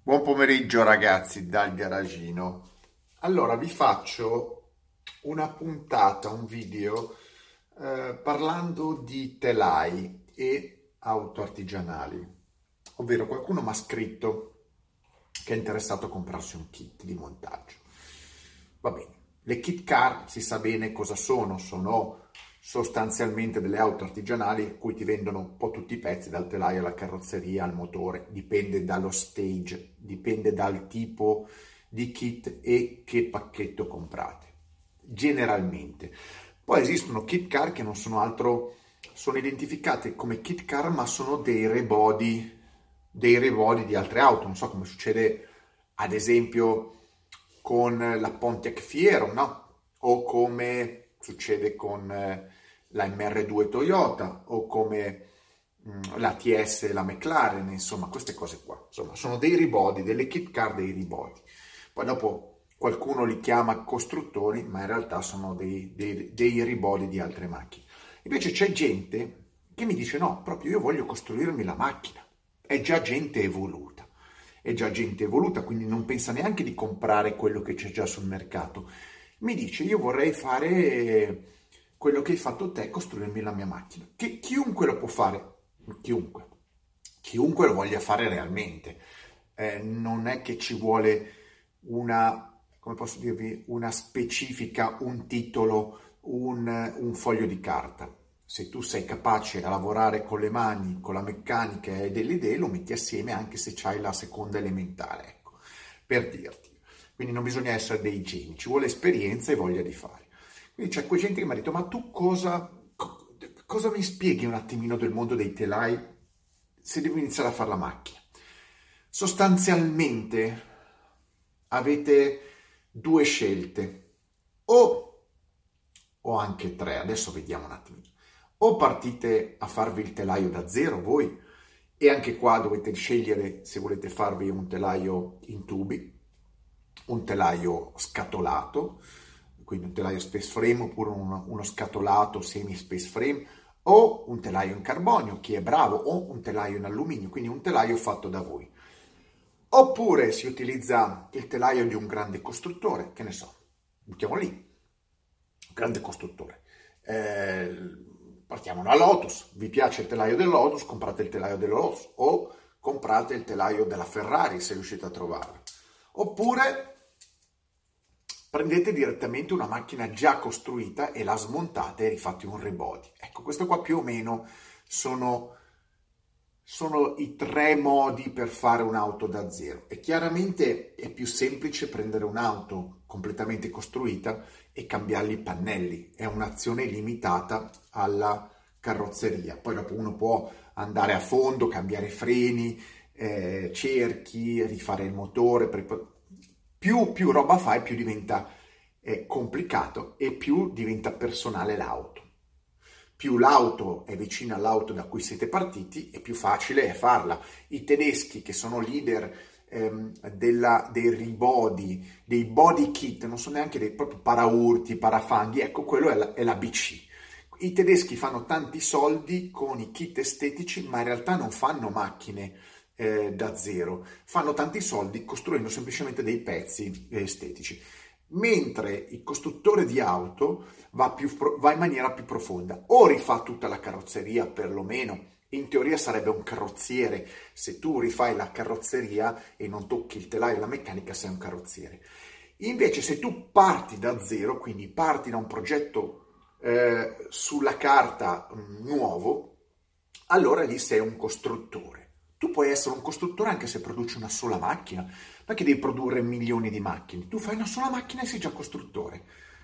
Buon pomeriggio ragazzi dal garagino. Allora vi faccio una puntata, un video parlando di telai e auto artigianali. Ovvero qualcuno mi ha scritto che è interessato a comprarsi un kit di montaggio. Va bene, le kit car si sa bene cosa sono sostanzialmente delle auto artigianali a cui ti vendono un po' tutti i pezzi, dal telaio alla carrozzeria, al motore, dipende dallo stage, dipende dal tipo di kit e che pacchetto comprate, generalmente. Poi esistono kit car che non sono altro, sono identificate come kit car ma sono dei rebody di altre auto, non so come succede ad esempio con la Pontiac Fiero, no? O come succede con la MR2 Toyota o come la TS e la McLaren, insomma, queste cose qua. Insomma, sono dei rebody, delle kit car dei rebody. Poi dopo qualcuno li chiama costruttori, ma in realtà sono dei rebody di altre macchine. Invece c'è gente che mi dice no, proprio io voglio costruirmi la macchina. È già gente evoluta. È già gente evoluta, quindi non pensa neanche di comprare quello che c'è già sul mercato. Mi dice, io vorrei fare quello che hai fatto te, costruirmi la mia macchina. Che chiunque lo può fare, chiunque lo voglia fare realmente. Non è che ci vuole una, come posso dirvi, una specifica, un titolo, un foglio di carta. Se tu sei capace a lavorare con le mani, con la meccanica e delle idee, lo metti assieme anche se c'hai la seconda elementare, ecco, per dirti. Quindi non bisogna essere dei geni, ci vuole esperienza e voglia di fare. Quindi c'è quella gente che mi ha detto, ma tu cosa mi spieghi un attimino del mondo dei telai se devo iniziare a fare la macchina? Sostanzialmente avete due scelte, o anche tre, adesso vediamo un attimo. O partite a farvi il telaio da zero voi, e anche qua dovete scegliere se volete farvi un telaio in tubi, un telaio scatolato, quindi un telaio space frame oppure uno scatolato semi space frame, o un telaio in carbonio, chi è bravo, o un telaio in alluminio, quindi un telaio fatto da voi. Oppure si utilizza il telaio di un grande costruttore, che ne so, mettiamo lì, grande costruttore. Partiamo da Lotus, vi piace il telaio del Lotus, comprate il telaio del Lotus o comprate il telaio della Ferrari se riuscite a trovarlo. Oppure prendete direttamente una macchina già costruita e la smontate e rifate un rebody. Ecco, questo qua più o meno sono i tre modi per fare un'auto da zero. E chiaramente è più semplice prendere un'auto completamente costruita e cambiargli i pannelli. È un'azione limitata alla carrozzeria. Poi dopo uno può andare a fondo, cambiare freni, cerchi, rifare il motore. Più roba fai, più diventa complicato e più diventa personale l'auto. Più l'auto è vicina all'auto da cui siete partiti e più facile è farla. I tedeschi, che sono leader dei rebody, dei body kit, non sono neanche dei proprio paraurti, parafanghi, ecco, quello è la BC. I tedeschi fanno tanti soldi con i kit estetici, ma in realtà non fanno macchine da zero, fanno tanti soldi costruendo semplicemente dei pezzi estetici. Mentre il costruttore di auto va in maniera più profonda, o rifà tutta la carrozzeria perlomeno, in teoria sarebbe un carrozziere, se tu rifai la carrozzeria e non tocchi il telaio e la meccanica sei un carrozziere. Invece se tu parti da zero, quindi parti da un progetto sulla carta nuovo, allora lì sei un costruttore. Tu puoi essere un costruttore anche se produci una sola macchina, non è che devi produrre milioni di macchine, tu fai una sola macchina e sei già costruttore.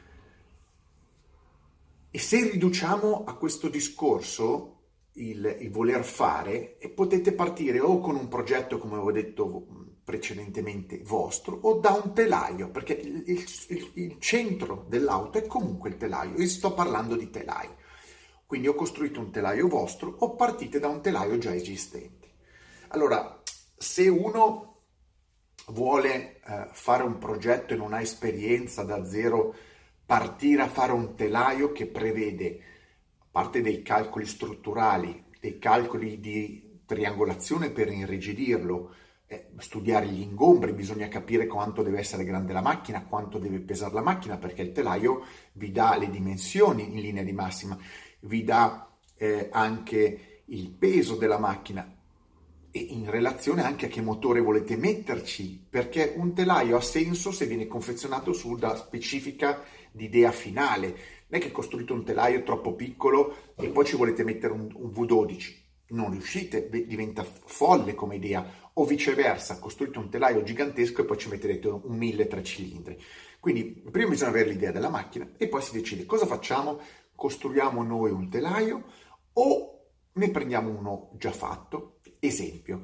E se riduciamo a questo discorso il voler fare, e potete partire o con un progetto, come avevo detto precedentemente, vostro, o da un telaio, perché il centro dell'auto è comunque il telaio. Io sto parlando di telai. Quindi ho costruito un telaio vostro o partite da un telaio già esistente. Allora, se uno vuole fare un progetto e non ha esperienza da zero, partire a fare un telaio che prevede, a parte dei calcoli strutturali, dei calcoli di triangolazione per irrigidirlo, studiare gli ingombri, bisogna capire quanto deve essere grande la macchina, quanto deve pesare la macchina, perché il telaio vi dà le dimensioni in linea di massima, vi dà anche il peso della macchina e in relazione anche a che motore volete metterci, perché un telaio ha senso se viene confezionato su una specifica idea finale. Non è che costruite un telaio troppo piccolo e poi ci volete mettere un V12, non riuscite, diventa folle come idea, o viceversa, costruite un telaio gigantesco e poi ci metterete un 1003 cilindri. Quindi prima bisogna avere l'idea della macchina e poi si decide cosa facciamo, costruiamo noi un telaio o ne prendiamo uno già fatto. Esempio,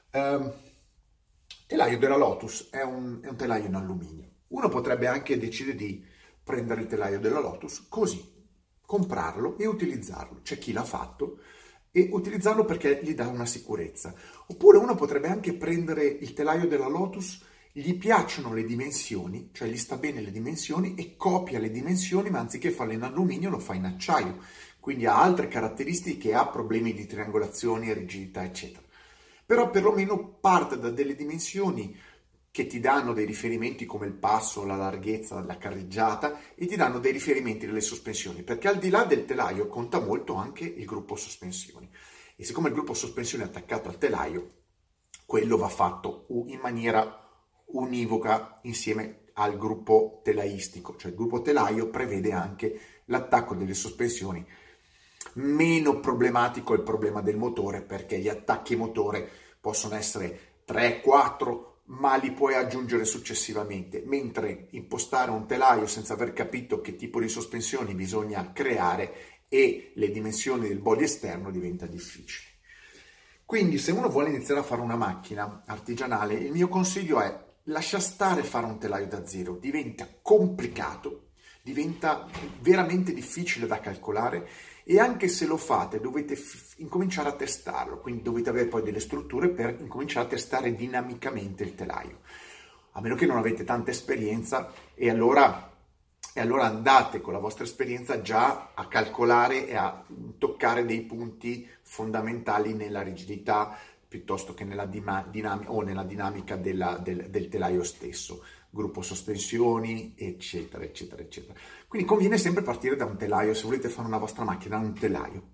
telaio della Lotus è un telaio in alluminio. Uno potrebbe anche decidere di prendere il telaio della Lotus così, comprarlo e utilizzarlo. C'è chi l'ha fatto e utilizzarlo perché gli dà una sicurezza. Oppure uno potrebbe anche prendere il telaio della Lotus, gli piacciono le dimensioni, cioè gli sta bene le dimensioni e copia le dimensioni, ma anziché farle in alluminio lo fa in acciaio. Quindi ha altre caratteristiche, ha problemi di triangolazione, rigidità, eccetera. Però perlomeno parte da delle dimensioni che ti danno dei riferimenti come il passo, la larghezza, la carreggiata e ti danno dei riferimenti delle sospensioni, perché al di là del telaio conta molto anche il gruppo sospensioni. E siccome il gruppo sospensioni è attaccato al telaio, quello va fatto in maniera univoca insieme al gruppo telaistico, cioè il gruppo telaio prevede anche l'attacco delle sospensioni. Meno problematico è il problema del motore, perché gli attacchi motore possono essere 3, 4, ma li puoi aggiungere successivamente, mentre impostare un telaio senza aver capito che tipo di sospensioni bisogna creare e le dimensioni del body esterno diventa difficile. Quindi se uno vuole iniziare a fare una macchina artigianale, il mio consiglio è lascia stare fare un telaio da zero, diventa complicato, diventa veramente difficile da calcolare e anche se lo fate dovete incominciare a testarlo, quindi dovete avere poi delle strutture per incominciare a testare dinamicamente il telaio, a meno che non avete tanta esperienza e allora andate con la vostra esperienza già a calcolare e a toccare dei punti fondamentali nella rigidità piuttosto che nella dinamica del telaio stesso, gruppo sospensioni, eccetera, eccetera, eccetera. Quindi conviene sempre partire da un telaio, se volete fare una vostra macchina, un telaio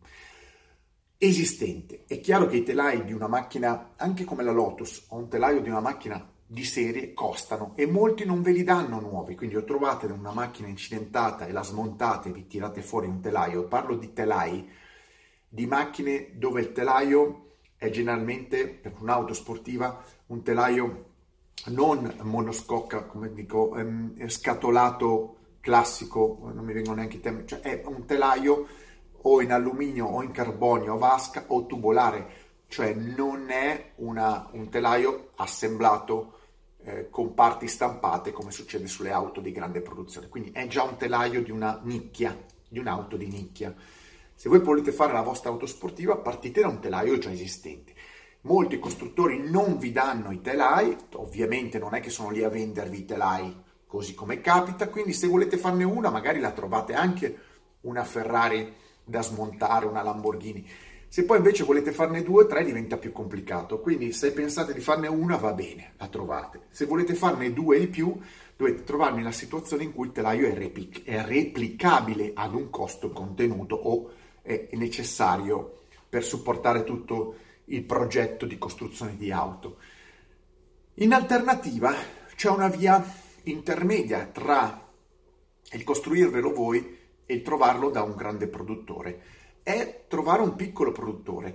esistente. È chiaro che i telai di una macchina, anche come la Lotus, o un telaio di una macchina di serie, costano e molti non ve li danno nuovi, quindi o trovate una macchina incidentata e la smontate e vi tirate fuori un telaio. Parlo di telai, di macchine dove il telaio è generalmente, per un'auto sportiva, un telaio non monoscocca, come dico, scatolato classico, non mi vengono neanche i termini, cioè è un telaio o in alluminio o in carbonio o vasca o tubolare, cioè non è un telaio assemblato con parti stampate come succede sulle auto di grande produzione, quindi è già un telaio di una nicchia, di un'auto di nicchia. Se voi volete fare la vostra auto sportiva, partite da un telaio già esistente. Molti costruttori non vi danno i telai, ovviamente non è che sono lì a vendervi i telai così come capita, quindi se volete farne una, magari la trovate anche una Ferrari da smontare, una Lamborghini. Se poi invece volete farne 2 o 3 diventa più complicato, quindi se pensate di farne una va bene, la trovate. Se volete farne 2 di più, dovete trovarvi nella situazione in cui il telaio è replicabile ad un costo contenuto o è necessario per supportare tutto il progetto di costruzione di auto. In alternativa c'è una via intermedia tra il costruirvelo voi e il trovarlo da un grande produttore. È trovare un piccolo produttore.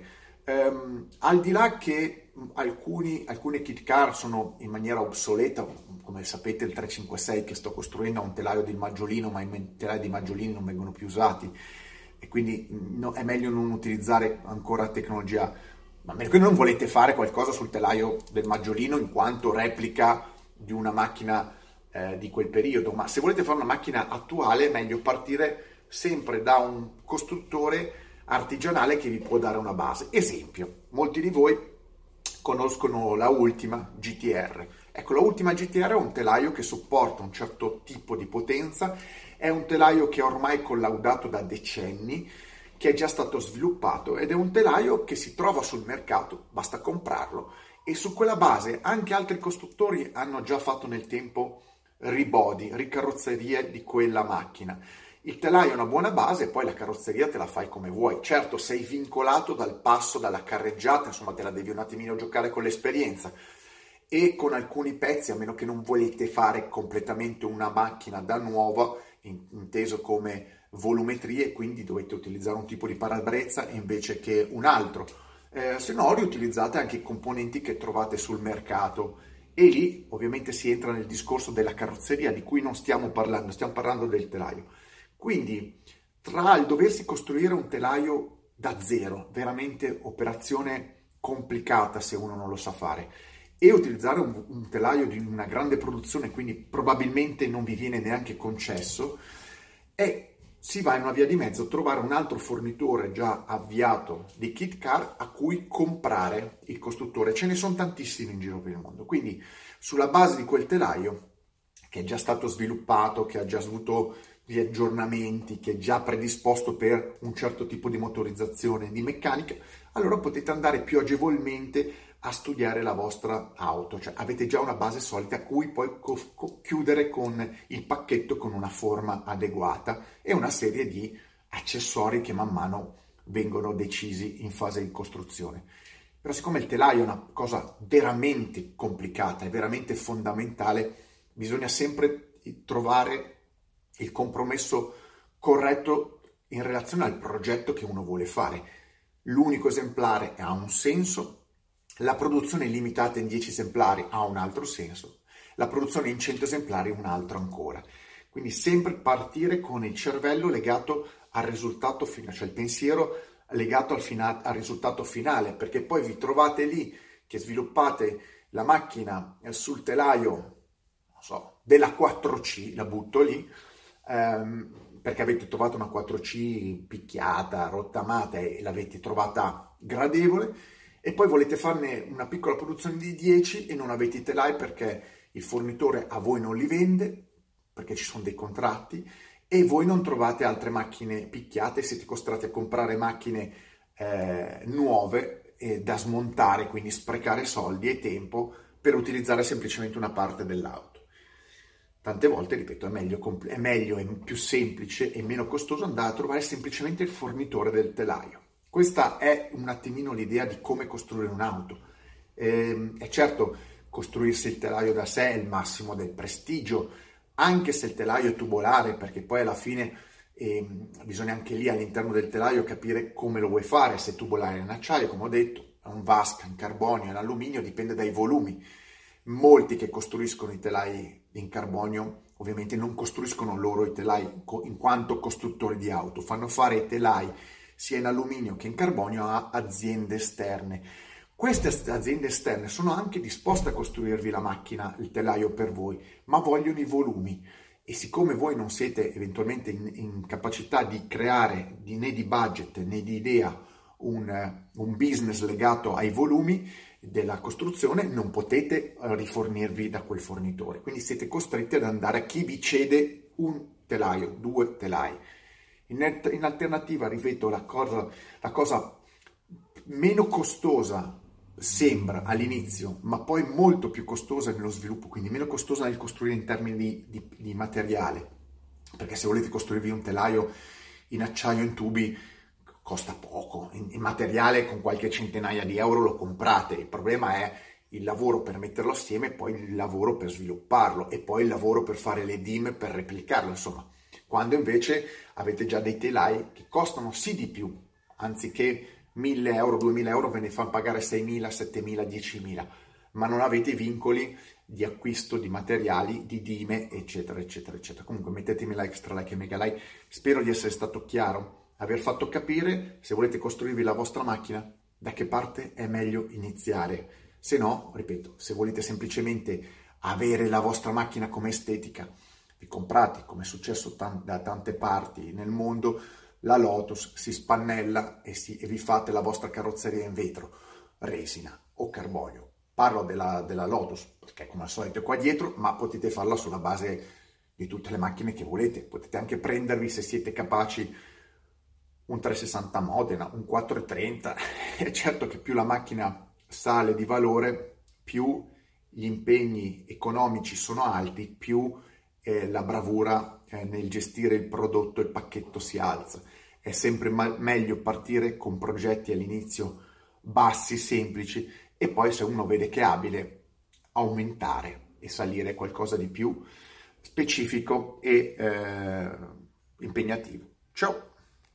Al di là che alcune kit car sono in maniera obsoleta, come sapete il 356 che sto costruendo ha un telaio di maggiolino, ma i telai di maggiolini non vengono più usati e quindi è meglio non utilizzare ancora tecnologia, ma a meno che non volete fare qualcosa sul telaio del maggiolino in quanto replica di una macchina di quel periodo, ma se volete fare una macchina attuale è meglio partire sempre da un costruttore artigianale che vi può dare una base. Esempio, molti di voi conoscono la Ultima GTR. Ecco, la Ultima GTR è un telaio che sopporta un certo tipo di potenza, è un telaio che è ormai collaudato da decenni, che è già stato sviluppato ed è un telaio che si trova sul mercato, basta comprarlo e su quella base anche altri costruttori hanno già fatto nel tempo ribody, ricarrozzerie di quella macchina. Il telaio è una buona base, poi la carrozzeria te la fai come vuoi. Certo, sei vincolato dal passo, dalla carreggiata, insomma te la devi un attimino giocare con l'esperienza. E con alcuni pezzi, a meno che non volete fare completamente una macchina da nuova, inteso come volumetrie, quindi dovete utilizzare un tipo di parabrezza invece che un altro. Se no, riutilizzate anche i componenti che trovate sul mercato. E lì ovviamente si entra nel discorso della carrozzeria, di cui non stiamo parlando, stiamo parlando del telaio. Quindi, tra il doversi costruire un telaio da zero, veramente operazione complicata se uno non lo sa fare, e utilizzare un telaio di una grande produzione, quindi probabilmente non vi viene neanche concesso, e si va in una via di mezzo, trovare un altro fornitore già avviato di kit car a cui comprare il costruttore. Ce ne sono tantissimi in giro per il mondo, quindi sulla base di quel telaio che è già stato sviluppato, che ha già avuto gli aggiornamenti, che è già predisposto per un certo tipo di motorizzazione, di meccanica, allora potete andare più agevolmente a studiare la vostra auto, cioè avete già una base solida a cui poi chiudere con il pacchetto con una forma adeguata e una serie di accessori che man mano vengono decisi in fase di costruzione. Però siccome il telaio è una cosa veramente complicata e veramente fondamentale, bisogna sempre trovare il compromesso corretto in relazione al progetto che uno vuole fare. L'unico esemplare ha un senso, la produzione limitata in 10 esemplari ha un altro senso, la produzione in 100 esemplari un altro ancora. Quindi sempre partire con il cervello legato al risultato finale, cioè il pensiero legato al risultato finale, perché poi vi trovate lì che sviluppate la macchina sul telaio, non so, della 4C, la butto lì, perché avete trovato una 4C picchiata, rottamata e l'avete trovata gradevole, e poi volete farne una piccola produzione di 10 e non avete i telai perché il fornitore a voi non li vende, perché ci sono dei contratti, e voi non trovate altre macchine picchiate, siete costretti a comprare macchine nuove da smontare, quindi sprecare soldi e tempo per utilizzare semplicemente una parte dell'auto. Tante volte, ripeto, è meglio e più semplice e meno costoso andare a trovare semplicemente il fornitore del telaio. Questa è un attimino l'idea di come costruire un'auto. È certo, costruirsi il telaio da sé è il massimo del prestigio, anche se il telaio è tubolare, perché poi alla fine bisogna anche lì all'interno del telaio capire come lo vuoi fare, se è tubolare in acciaio, come ho detto, è un vasca, in carbonio, in alluminio, dipende dai volumi. Molti che costruiscono i telai in carbonio ovviamente non costruiscono loro i telai in quanto costruttori di auto, fanno fare i telai sia in alluminio che in carbonio a aziende esterne. Queste aziende esterne sono anche disposte a costruirvi la macchina, il telaio per voi, ma vogliono i volumi. E siccome voi non siete eventualmente in capacità di creare né di budget né di idea un business legato ai volumi della costruzione, non potete rifornirvi da quel fornitore. Quindi siete costretti ad andare a chi vi cede un telaio, 2 telai. In alternativa, ripeto, la cosa meno costosa sembra all'inizio, ma poi molto più costosa nello sviluppo, quindi meno costosa nel costruire in termini di materiale, perché se volete costruirvi un telaio in acciaio, in tubi, costa poco, in materiale con qualche centinaia di euro lo comprate, il problema è il lavoro per metterlo assieme, poi il lavoro per svilupparlo e poi il lavoro per fare le DIM per replicarlo, insomma. Quando invece avete già dei telai che costano sì di più, anziché 1.000 euro, 2.000 euro ve ne fanno pagare 6.000, 7.000, 10.000, ma non avete vincoli di acquisto di materiali, di dime, eccetera, eccetera, eccetera. Comunque mettetemi like, extra like e mega like, spero di essere stato chiaro, aver fatto capire, se volete costruirvi la vostra macchina, da che parte è meglio iniziare. Se no, ripeto, se volete semplicemente avere la vostra macchina come estetica, vi comprate, come è successo da tante parti nel mondo, la Lotus, si spannella e vi fate la vostra carrozzeria in vetro, resina o carbonio. Parlo della Lotus, perché come al solito è qua dietro, ma potete farla sulla base di tutte le macchine che volete. Potete anche prendervi, se siete capaci, un 360 Modena, un 430. È certo che più la macchina sale di valore, più gli impegni economici sono alti, più la bravura nel gestire il prodotto, il pacchetto si alza. È sempre meglio partire con progetti all'inizio bassi, semplici, e poi se uno vede che è abile, aumentare e salire qualcosa di più specifico e impegnativo. Ciao!